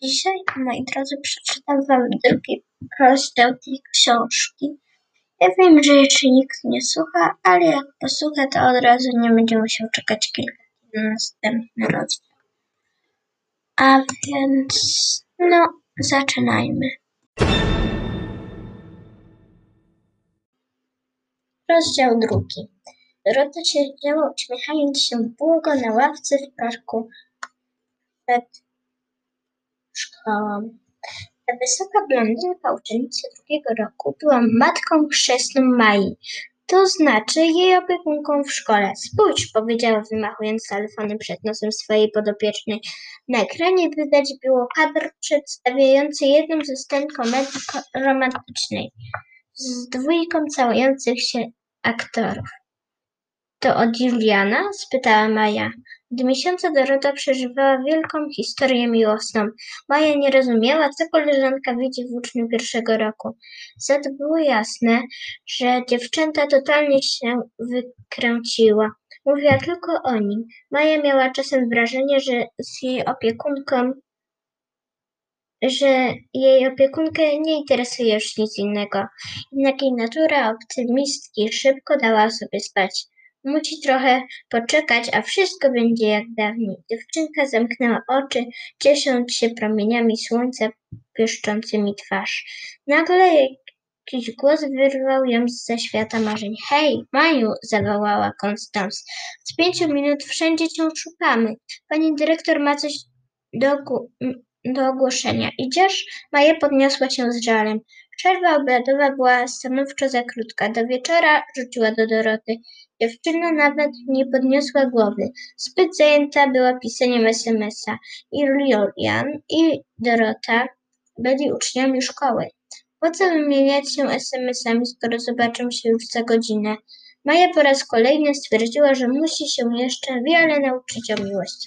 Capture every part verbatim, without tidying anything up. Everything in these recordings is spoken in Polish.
Dzisiaj, moi drodzy, przeczytam wam drugi rozdział tej książki. Ja wiem, że jeszcze nikt nie słucha, ale jak posłucha, to od razu nie będzie musiał czekać kilka dni na następny rozdział. A więc, no, zaczynajmy. Rozdział drugi. Dorota siedziała, uśmiechając się długo na ławce w parku przed szkołą. Ta wysoka blondynka, uczennica drugiego roku, była matką chrzestną Mai, to znaczy jej opiekunką w szkole. Spójrz, powiedziała, wymachując telefonem przed nosem swojej podopiecznej. Na ekranie widać było kadr przedstawiający jedną ze scen komedii romantycznej z dwójką całujących się aktorów. To od Juliana? Spytała Maja. Od miesiąca Dorota przeżywała wielką historię miłosną. Maja nie rozumiała, co koleżanka widzi w uczniu pierwszego roku. Za to było jasne, że dziewczęta totalnie się wykręciła. Mówiła tylko o nim. Maja miała czasem wrażenie, że z jej opiekunką, że jej opiekunkę nie interesuje już nic innego. Jednak jej natura optymistki szybko dała sobie spać. Musi trochę poczekać, a wszystko będzie jak dawniej. Dziewczynka zamknęła oczy, ciesząc się promieniami słońca pieszczącymi twarz. Nagle jakiś głos wyrwał ją zza świata marzeń. Hej, Maju! Zawołała Konstans. Z pięciu minut wszędzie cię szukamy. Pani dyrektor ma coś do, do ogłoszenia. Idziesz? Maja podniosła się z żalem. Przerwa obiadowa była stanowczo za krótka. Do wieczora rzuciła do Doroty. Dziewczyna nawet nie podniosła głowy. Zbyt zajęta była pisaniem es em es a. I Julian i Dorota byli uczniami szkoły. Po co wymieniać się es em es ami, skoro zobaczą się już za godzinę? Maja po raz kolejny stwierdziła, że musi się jeszcze wiele nauczyć o miłości.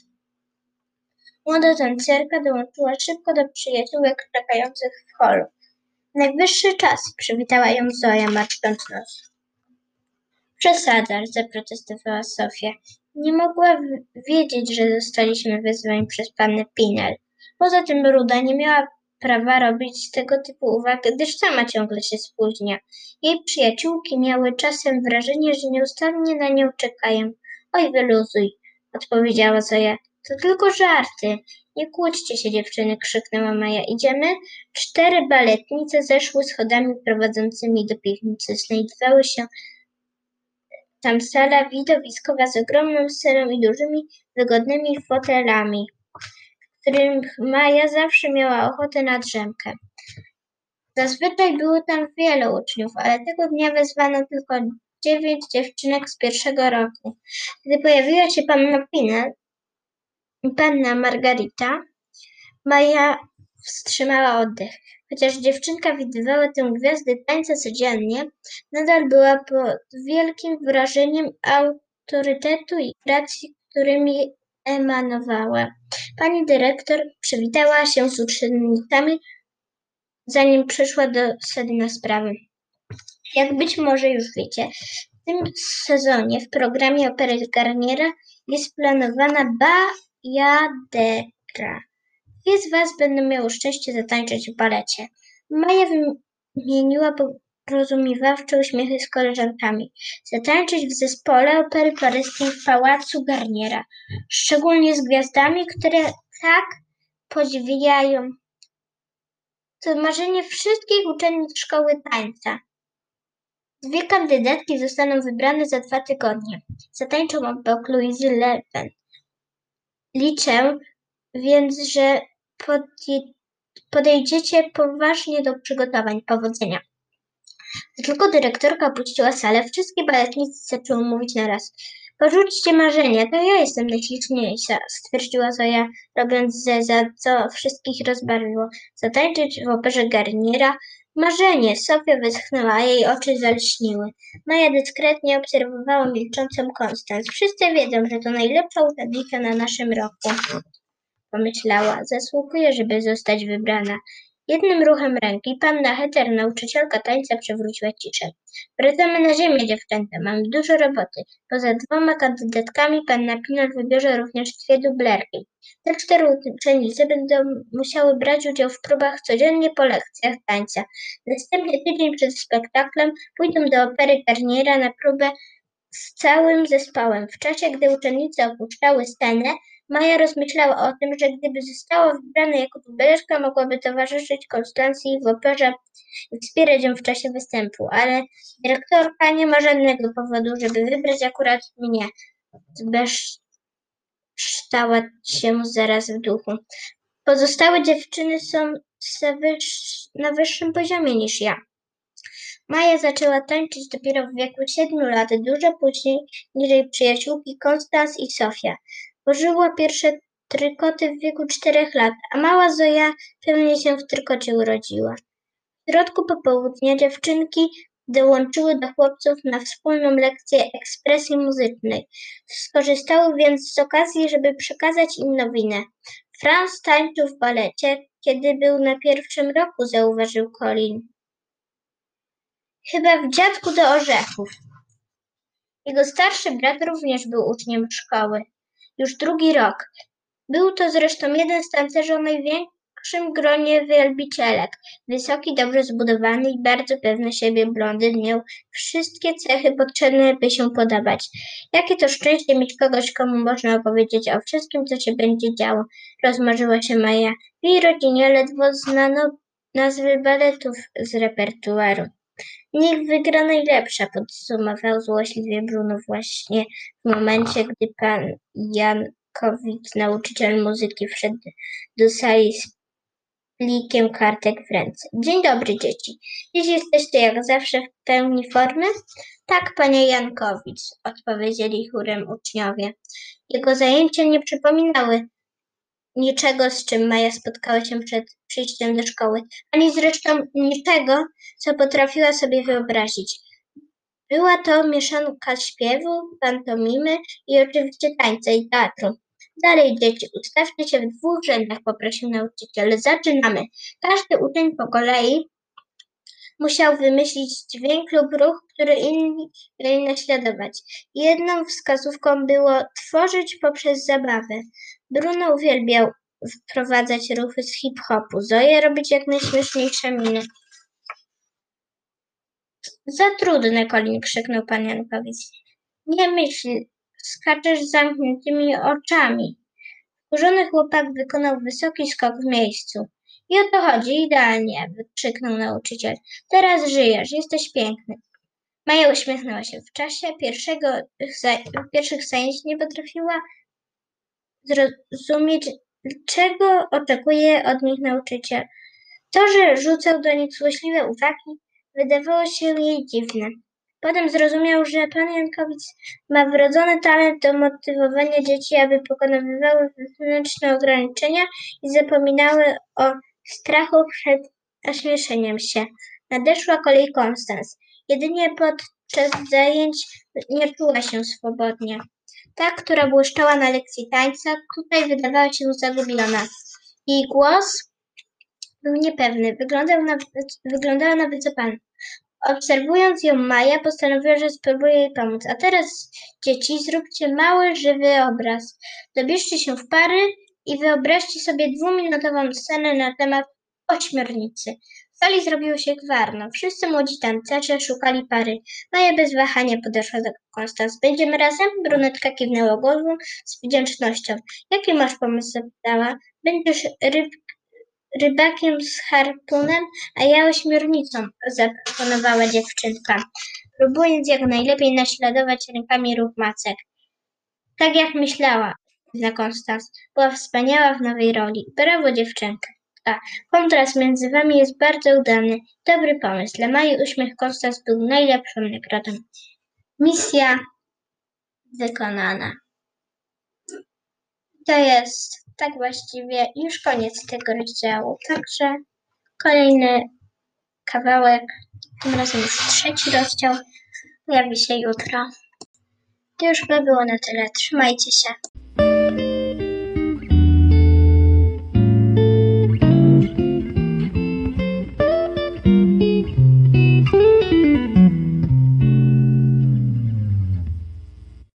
Młoda tancerka dołączyła szybko do przyjaciółek czekających w holu. Najwyższy czas, przywitała ją Zoja, marszcząc nos. Przesada, zaprotestowała Sofia. Nie mogła wiedzieć, że zostaliśmy wezwani przez pannę Pinel. Poza tym Ruda nie miała prawa robić tego typu uwag, gdyż sama ciągle się spóźnia. Jej przyjaciółki miały czasem wrażenie, że nieustannie na nią czekają. Oj, wyluzuj, odpowiedziała Zoja. To tylko żarty. Nie kłóćcie się, dziewczyny, krzyknęła Maja. Idziemy? Cztery baletnice zeszły schodami prowadzącymi do piwnicy. Znajdowały się tam sala widowiskowa z ogromną sceną i dużymi, wygodnymi fotelami, w których Maja zawsze miała ochotę na drzemkę. Zazwyczaj było tam wiele uczniów, ale tego dnia wezwano tylko dziewięć dziewczynek z pierwszego roku. Gdy pojawiła się panna Pinel i panna Margarita, Maja wstrzymała oddech. Chociaż dziewczynka widywała tę gwiazdę tańca codziennie, nadal była pod wielkim wrażeniem autorytetu i gracji, którymi emanowała. Pani dyrektor przywitała się z uczennicami, zanim przeszła do sedna sprawy. Jak być może już wiecie, w tym sezonie w programie opery Garniera jest planowana Bajadera. Dwie z was będą miały szczęście zatańczyć w balecie. Maja wymieniła porozumiewawcze uśmiechy z koleżankami. Zatańczyć w zespole opery paryskiej w pałacu Garniera. Szczególnie z gwiazdami, które tak podziwiają. To marzenie wszystkich uczennic szkoły tańca. Dwie kandydatki zostaną wybrane za dwa tygodnie. Zatańczą obok Louisy Leven. Liczę więc, że podejdziecie poważnie do przygotowań. Powodzenia. Gdy tylko dyrektorka opuściła salę, wszystkie baletnice zaczęły mówić naraz. Porzućcie marzenia, to ja jestem najśliczniejsza, stwierdziła Zoja, robiąc zeza, co wszystkich rozbawiło. Zatańczyć w operze Garniera? Marzenie! Sofia wyschnęła, a jej oczy zalśniły. Maja dyskretnie obserwowała milczącą Konstans. Wszyscy wiedzą, że to najlepsza uczennica na naszym roku, pomyślała. Zasługuje, żeby zostać wybrana. Jednym ruchem ręki panna Heter, nauczycielka tańca, przywróciła ciszę. Wracamy na ziemię, dziewczęta, mamy dużo roboty. Poza dwoma kandydatkami panna Pinol wybierze również dwie dublerki. Te cztery uczenice będą musiały brać udział w próbach codziennie po lekcjach tańca. Następnie tydzień przed spektaklem pójdą do opery Garniera na próbę z całym zespołem. W czasie, gdy uczennice opuszczały scenę, Maja rozmyślała o tym, że gdyby została wybrana jako dublerka, mogłaby towarzyszyć Konstancji w operze i wspierać ją w czasie występu, ale dyrektorka nie ma żadnego powodu, żeby wybrać akurat mnie. Zbeształa się zaraz w duchu. Pozostałe dziewczyny są na wyższym poziomie niż ja. Maja zaczęła tańczyć dopiero w wieku siedmiu lat, dużo później niż jej przyjaciółki Konstans i Sofia. Pożyła pierwsze trykoty w wieku czterech lat, a mała Zoja pewnie się w trykocie urodziła. W środku popołudnia dziewczynki dołączyły do chłopców na wspólną lekcję ekspresji muzycznej. Skorzystały więc z okazji, żeby przekazać im nowinę. Franz tańczył w balecie, kiedy był na pierwszym roku, zauważył Colin. Chyba w Dziadku do orzechów. Jego starszy brat również był uczniem szkoły. Już drugi rok. Był to zresztą jeden z tancerzy o największym gronie wielbicielek. Wysoki, dobrze zbudowany i bardzo pewny siebie blondyn miał wszystkie cechy potrzebne, by się podobać. Jakie to szczęście mieć kogoś, komu można opowiedzieć o wszystkim, co się będzie działo. Rozmarzyła się Maja. W jej rodzinie ledwo znano nazwy baletów z repertuaru. Niech wygra najlepsza, podsumował złośliwie Bruno właśnie w momencie, gdy pan Jankowicz, nauczyciel muzyki, wszedł do sali z plikiem kartek w ręce. Dzień dobry, dzieci. Dziś jesteście jak zawsze w pełni formy? Tak, panie Jankowicz, odpowiedzieli chórem uczniowie. Jego zajęcia nie przypominały niczego, z czym Maja spotkała się przed przyjściem do szkoły, ani zresztą niczego, co potrafiła sobie wyobrazić. Była to mieszanka śpiewu, pantomimy i oczywiście tańca i teatru. Dalej, dzieci, ustawcie się w dwóch rzędach, poprosił nauczyciel. Zaczynamy. Każdy uczeń po kolei musiał wymyślić dźwięk lub ruch, który inni mieli naśladować. Jedną wskazówką było tworzyć poprzez zabawę. Bruno uwielbiał wprowadzać ruchy z hip-hopu, Zoja robić jak najśmieszniejsze miny. Za trudne, Colin, krzyknął pan Jankowicz. Nie myśl, skaczesz z zamkniętymi oczami. Wkurzony chłopak wykonał wysoki skok w miejscu. I o to chodzi, idealnie, wykrzyknął nauczyciel. Teraz żyjesz, jesteś piękny. Maja uśmiechnęła się. W czasie pierwszego, pierwszych zajęć nie potrafiła zrozumieć, czego oczekuje od nich nauczyciel. To, że rzucał do nich złośliwe uwagi, wydawało się jej dziwne. Potem zrozumiał, że pan Jankowicz ma wrodzony talent do motywowania dzieci, aby pokonywały wewnętrzne ograniczenia i zapominały o strachu przed ośmieszeniem się. Nadeszła kolej Konstans. Jedynie podczas zajęć nie czuła się swobodnie. Ta, która błyszczała na lekcji tańca, tutaj wydawała się zagubiona. Jej głos był niepewny, wyglądał na, wyglądała na wycopaną. Obserwując ją Maja, postanowiła, że spróbuje jej pomóc. A teraz, dzieci, zróbcie mały, żywy obraz. Dobierzcie się w pary i wyobraźcie sobie dwuminutową scenę na temat ośmiornicy. W sali zrobiło się gwarno. Wszyscy młodzi tancerze szukali pary. Maja bez wahania podeszła do Konstans. Będziemy razem? Brunetka kiwnęła głową z wdzięcznością. Jaki masz pomysł? Zapytała. Będziesz ryb rybakiem z harpunem, a ja ośmiornicą, zaproponowała dziewczynka, próbując jak najlepiej naśladować rękami ruch macek. Tak jak myślała, na Konstans. Była wspaniała w nowej roli. Brawo, dziewczynka. A kontrast między wami jest bardzo udany. Dobry pomysł. Dla Mai uśmiech Konstans był najlepszą nagrodą. Misja wykonana. To jest tak właściwie już koniec tego rozdziału. Także kolejny kawałek, tym razem już trzeci rozdział, pojawi się jutro. To już by było na tyle. Trzymajcie się.